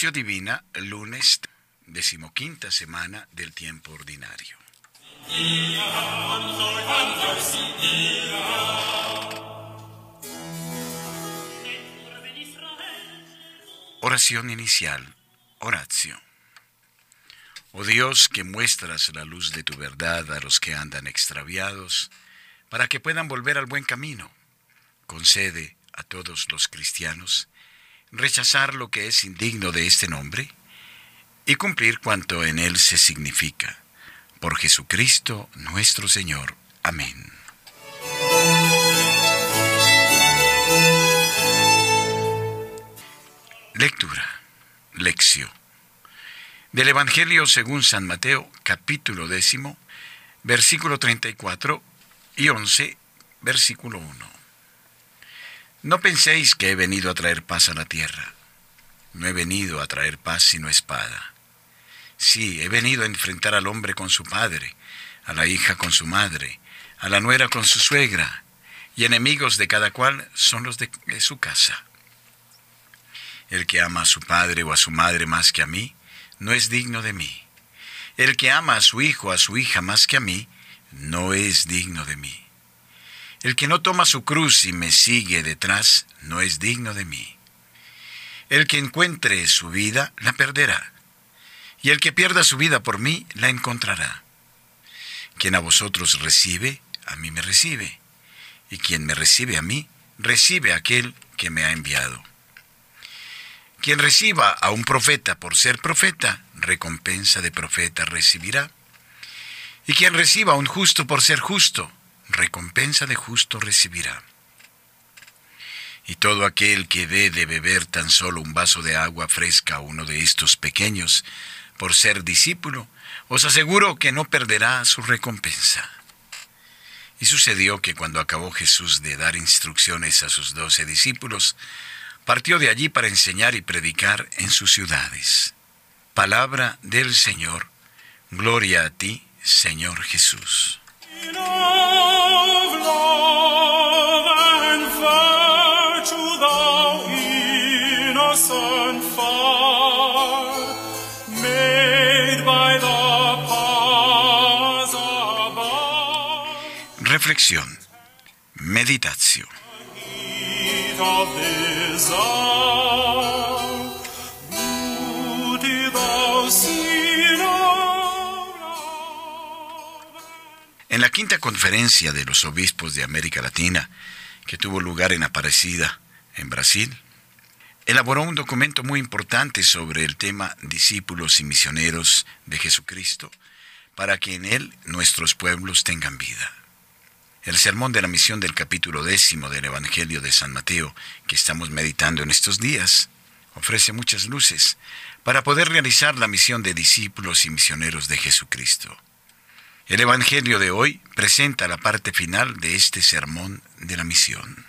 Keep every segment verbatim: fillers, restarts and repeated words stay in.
Lección Divina, lunes, decimoquinta semana del tiempo ordinario. Oración inicial, oratio. Oh Dios, que muestras la luz de tu verdad a los que andan extraviados, para que puedan volver al buen camino, concede a todos los cristianos rechazar lo que es indigno de este nombre y cumplir cuanto en él se significa. Por Jesucristo nuestro Señor. Amén. Lectura. Lección. Del Evangelio según San Mateo, capítulo décimo, versículo treinta y cuatro y once, versículo uno. No penséis que he venido a traer paz a la tierra. No he venido a traer paz sino espada. Sí, he venido a enfrentar al hombre con su padre, a la hija con su madre, a la nuera con su suegra, y enemigos de cada cual son los de, de su casa. El que ama a su padre o a su madre más que a mí, no es digno de mí. El que ama a su hijo o a su hija más que a mí, no es digno de mí. El que no toma su cruz y me sigue detrás, no es digno de mí. El que encuentre su vida, la perderá. Y el que pierda su vida por mí, la encontrará. Quien a vosotros recibe, a mí me recibe. Y quien me recibe a mí, recibe a aquel que me ha enviado. Quien reciba a un profeta por ser profeta, recompensa de profeta recibirá. Y quien reciba a un justo por ser justo, recompensa de justo recibirá. Y todo aquel que dé de beber tan solo un vaso de agua fresca a uno de estos pequeños, por ser discípulo, os aseguro que no perderá su recompensa. Y sucedió que cuando acabó Jesús de dar instrucciones a sus doce discípulos, partió de allí para enseñar y predicar en sus ciudades. Palabra del Señor. Gloria a ti, Señor Jesús. Reflexión. Meditatio. En la quinta conferencia de los obispos de América Latina, que tuvo lugar en Aparecida, en Brasil, elaboró un documento muy importante sobre el tema discípulos y misioneros de Jesucristo, para que en él nuestros pueblos tengan vida. El sermón de la misión del capítulo décimo del Evangelio de San Mateo, que estamos meditando en estos días, ofrece muchas luces para poder realizar la misión de discípulos y misioneros de Jesucristo. El Evangelio de hoy presenta la parte final de este sermón de la misión.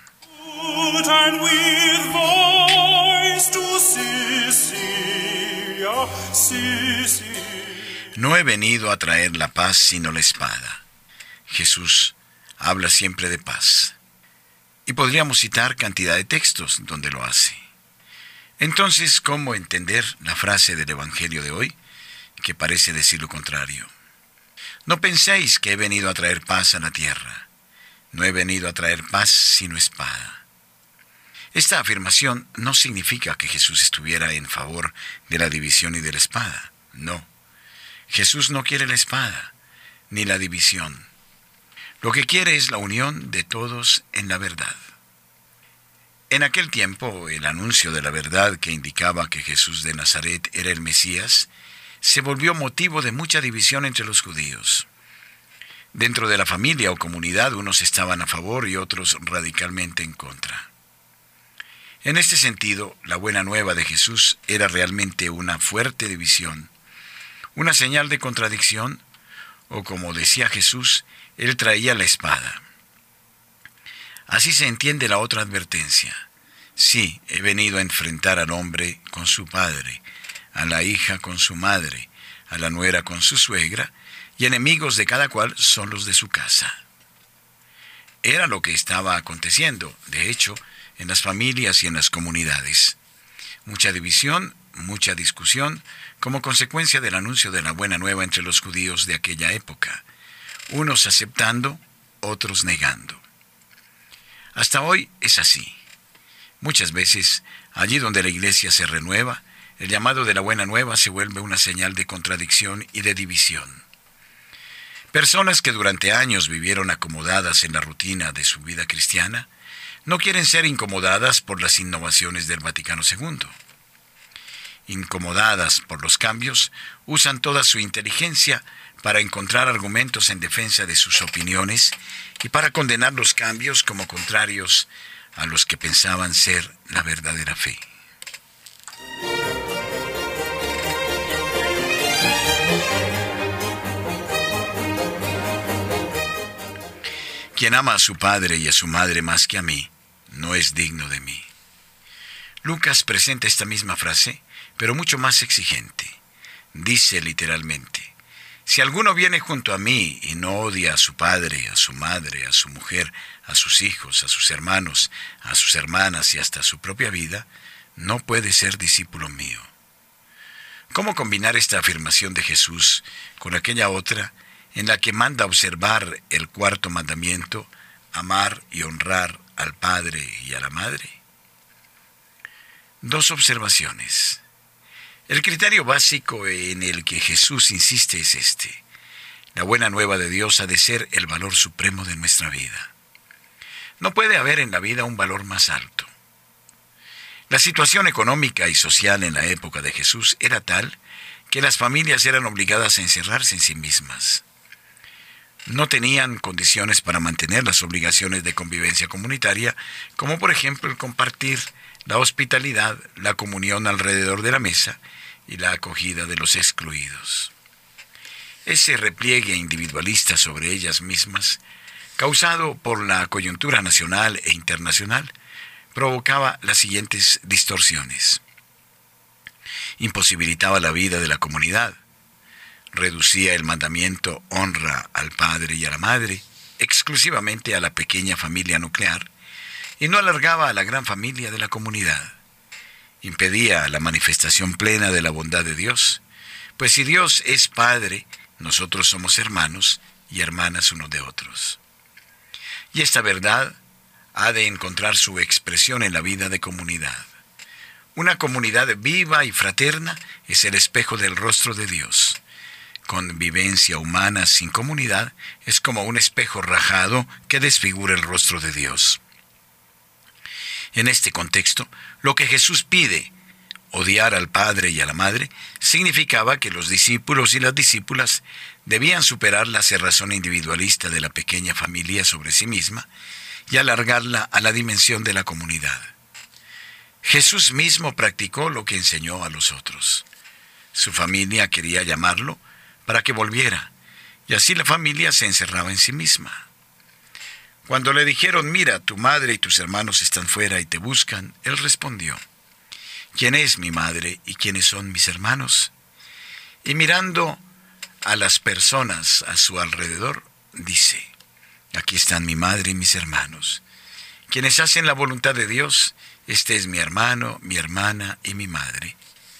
No he venido a traer la paz sino la espada. Jesús habla siempre de paz. Y podríamos citar cantidad de textos donde lo hace. Entonces, ¿cómo entender la frase del Evangelio de hoy, que parece decir lo contrario? No penséis que he venido a traer paz a la tierra. No he venido a traer paz sino espada. Esta afirmación no significa que Jesús estuviera en favor de la división y de la espada. No. Jesús no quiere la espada, ni la división. Lo que quiere es la unión de todos en la verdad. En aquel tiempo, el anuncio de la verdad que indicaba que Jesús de Nazaret era el Mesías, se volvió motivo de mucha división entre los judíos. Dentro de la familia o comunidad, unos estaban a favor y otros radicalmente en contra. En este sentido, la buena nueva de Jesús era realmente una fuerte división, una señal de contradicción, o como decía Jesús, Él traía la espada. Así se entiende la otra advertencia. Sí, he venido a enfrentar al hombre con su padre, a la hija con su madre, a la nuera con su suegra, y enemigos de cada cual son los de su casa. Era lo que estaba aconteciendo, de hecho, en las familias y en las comunidades. Mucha división mucha discusión como consecuencia del anuncio de la buena nueva entre los judíos de aquella época, unos aceptando, otros negando. Hasta hoy es así. Muchas veces, allí donde la iglesia se renueva, el llamado de la buena nueva se vuelve una señal de contradicción y de división. Personas que durante años vivieron acomodadas en la rutina de su vida cristiana, no quieren ser incomodadas por las innovaciones del Vaticano segundo. Incomodadas por los cambios, usan toda su inteligencia para encontrar argumentos en defensa de sus opiniones y para condenar los cambios como contrarios a los que pensaban ser la verdadera fe. Quien ama a su padre y a su madre más que a mí, no es digno de mí. Lucas presenta esta misma frase, pero mucho más exigente. Dice literalmente: si alguno viene junto a mí y no odia a su padre, a su madre, a su mujer, a sus hijos, a sus hermanos, a sus hermanas y hasta a su propia vida, no puede ser discípulo mío. ¿Cómo combinar esta afirmación de Jesús con aquella otra en la que manda observar el cuarto mandamiento, amar y honrar al padre y a la madre? Dos observaciones. El criterio básico en el que Jesús insiste es este: la buena nueva de Dios ha de ser el valor supremo de nuestra vida. No puede haber en la vida un valor más alto. La situación económica y social en la época de Jesús era tal que las familias eran obligadas a encerrarse en sí mismas. No tenían condiciones para mantener las obligaciones de convivencia comunitaria, como por ejemplo el compartir la hospitalidad, la comunión alrededor de la mesa y la acogida de los excluidos. Ese repliegue individualista sobre ellas mismas, causado por la coyuntura nacional e internacional, provocaba las siguientes distorsiones. Imposibilitaba la vida de la comunidad, reducía el mandamiento honra al padre y a la madre exclusivamente a la pequeña familia nuclear y no alargaba a la gran familia de la comunidad. Impedía la manifestación plena de la bondad de Dios, pues si Dios es Padre, nosotros somos hermanos y hermanas unos de otros. Y esta verdad ha de encontrar su expresión en la vida de comunidad. Una comunidad viva y fraterna es el espejo del rostro de Dios. Convivencia humana sin comunidad es como un espejo rajado que desfigura el rostro de Dios. En este contexto, lo que Jesús pide, odiar al padre y a la madre, significaba que los discípulos y las discípulas debían superar la cerrazón individualista de la pequeña familia sobre sí misma y alargarla a la dimensión de la comunidad. Jesús mismo practicó lo que enseñó a los otros. Su familia quería llamarlo para que volviera, y así la familia se encerraba en sí misma. Cuando le dijeron: mira, tu madre y tus hermanos están fuera y te buscan, él respondió: ¿quién es mi madre y quiénes son mis hermanos? Y mirando a las personas a su alrededor, dice: aquí están mi madre y mis hermanos. Quienes hacen la voluntad de Dios, este es mi hermano, mi hermana y mi madre.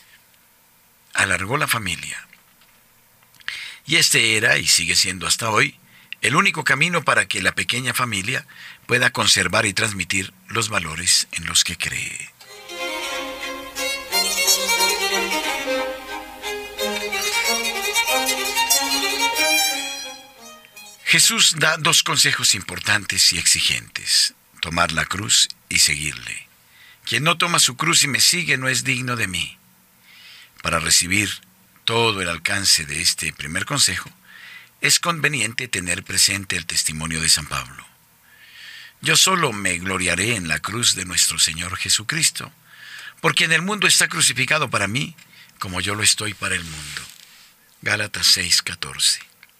Alargó la familia. Y este era, y sigue siendo hasta hoy, el único camino para que la pequeña familia pueda conservar y transmitir los valores en los que cree. Jesús da dos consejos importantes y exigentes: tomar la cruz y seguirle. Quien no toma su cruz y me sigue no es digno de mí. Para recibir todo el alcance de este primer consejo, es conveniente tener presente el testimonio de San Pablo. Yo solo me gloriaré en la cruz de nuestro Señor Jesucristo, porque en el mundo está crucificado para mí, como yo lo estoy para el mundo. Gálatas seis, catorce.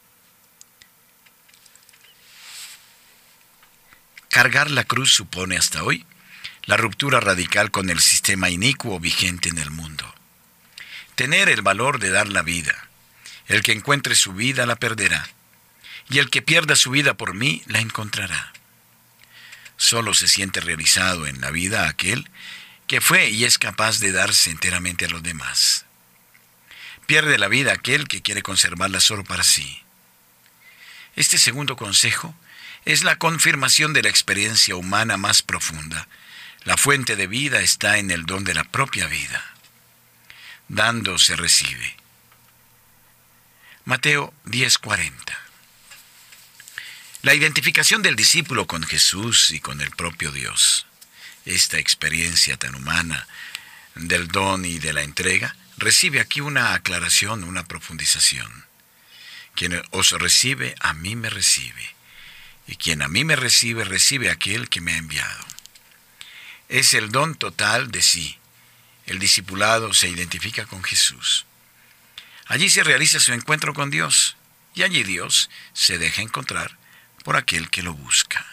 Cargar la cruz supone hasta hoy la ruptura radical con el sistema inicuo vigente en el mundo. Tener el valor de dar la vida. El que encuentre su vida la perderá, y el que pierda su vida por mí la encontrará. Solo se siente realizado en la vida aquel que fue y es capaz de darse enteramente a los demás. Pierde la vida aquel que quiere conservarla solo para sí. Este segundo consejo es la confirmación de la experiencia humana más profunda. La fuente de vida está en el don de la propia vida. Dando se recibe. Mateo diez cuarenta. La identificación del discípulo con Jesús y con el propio Dios. Esta experiencia tan humana del don y de la entrega recibe aquí una aclaración, una profundización. Quien os recibe, a mí me recibe. Y quien a mí me recibe, recibe a aquel que me ha enviado. Es el don total de sí. El discipulado se identifica con Jesús. Allí se realiza su encuentro con Dios, y allí Dios se deja encontrar por aquel que lo busca.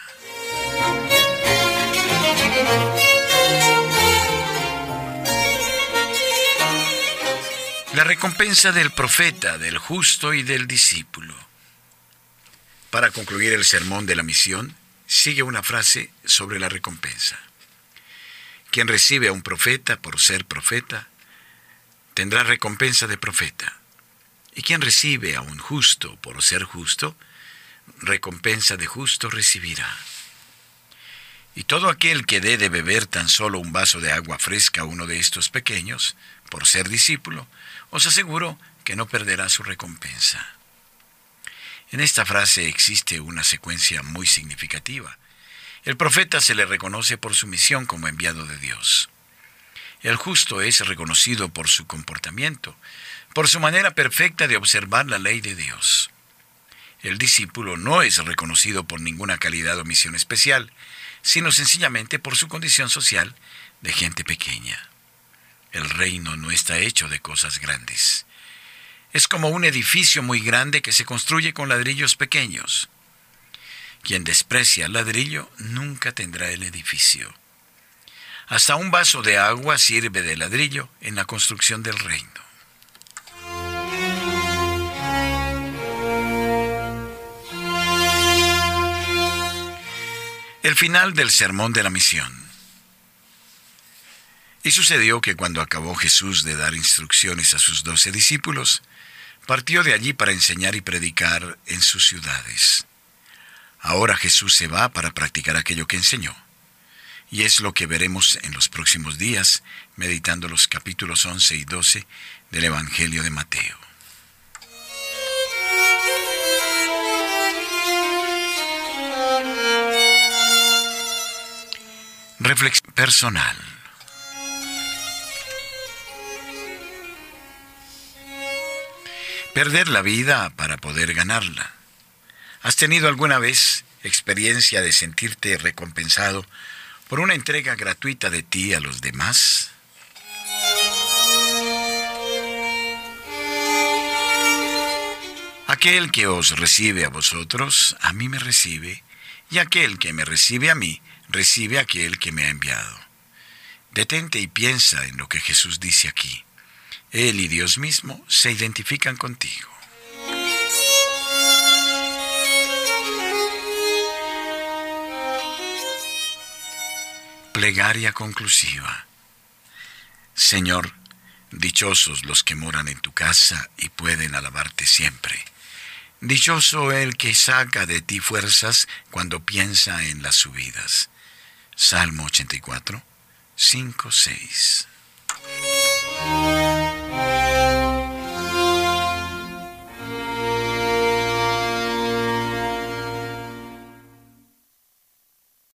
La recompensa del profeta, del justo y del discípulo. Para concluir el sermón de la misión, sigue una frase sobre la recompensa. Quien recibe a un profeta por ser profeta, tendrá recompensa de profeta. Y quien recibe a un justo por ser justo, recompensa de justo recibirá. Y todo aquel que dé de beber tan solo un vaso de agua fresca a uno de estos pequeños, por ser discípulo, os aseguro que no perderá su recompensa. En esta frase existe una secuencia muy significativa. El profeta se le reconoce por su misión como enviado de Dios. El justo es reconocido por su comportamiento, por su manera perfecta de observar la ley de Dios. El discípulo no es reconocido por ninguna calidad o misión especial, sino sencillamente por su condición social de gente pequeña. El reino no está hecho de cosas grandes. Es como un edificio muy grande que se construye con ladrillos pequeños. Quien desprecia el ladrillo nunca tendrá el edificio. Hasta un vaso de agua sirve de ladrillo en la construcción del reino. El final del sermón de la misión. Y sucedió que cuando acabó Jesús de dar instrucciones a sus doce discípulos, partió de allí para enseñar y predicar en sus ciudades. Ahora Jesús se va para practicar aquello que enseñó. Y es lo que veremos en los próximos días, meditando los capítulos once y doce del Evangelio de Mateo. Reflexión personal. Perder la vida para poder ganarla. ¿Has tenido alguna vez experiencia de sentirte recompensado por una entrega gratuita de ti a los demás? Aquel que os recibe a vosotros, a mí me recibe, y aquel que me recibe a mí, recibe a aquel que me ha enviado. Detente y piensa en lo que Jesús dice aquí. Él y Dios mismo se identifican contigo. Plegaria conclusiva. Señor, dichosos los que moran en tu casa y pueden alabarte siempre. Dichoso el que saca de ti fuerzas cuando piensa en las subidas. Salmo ochenta y cuatro, cinco, seis.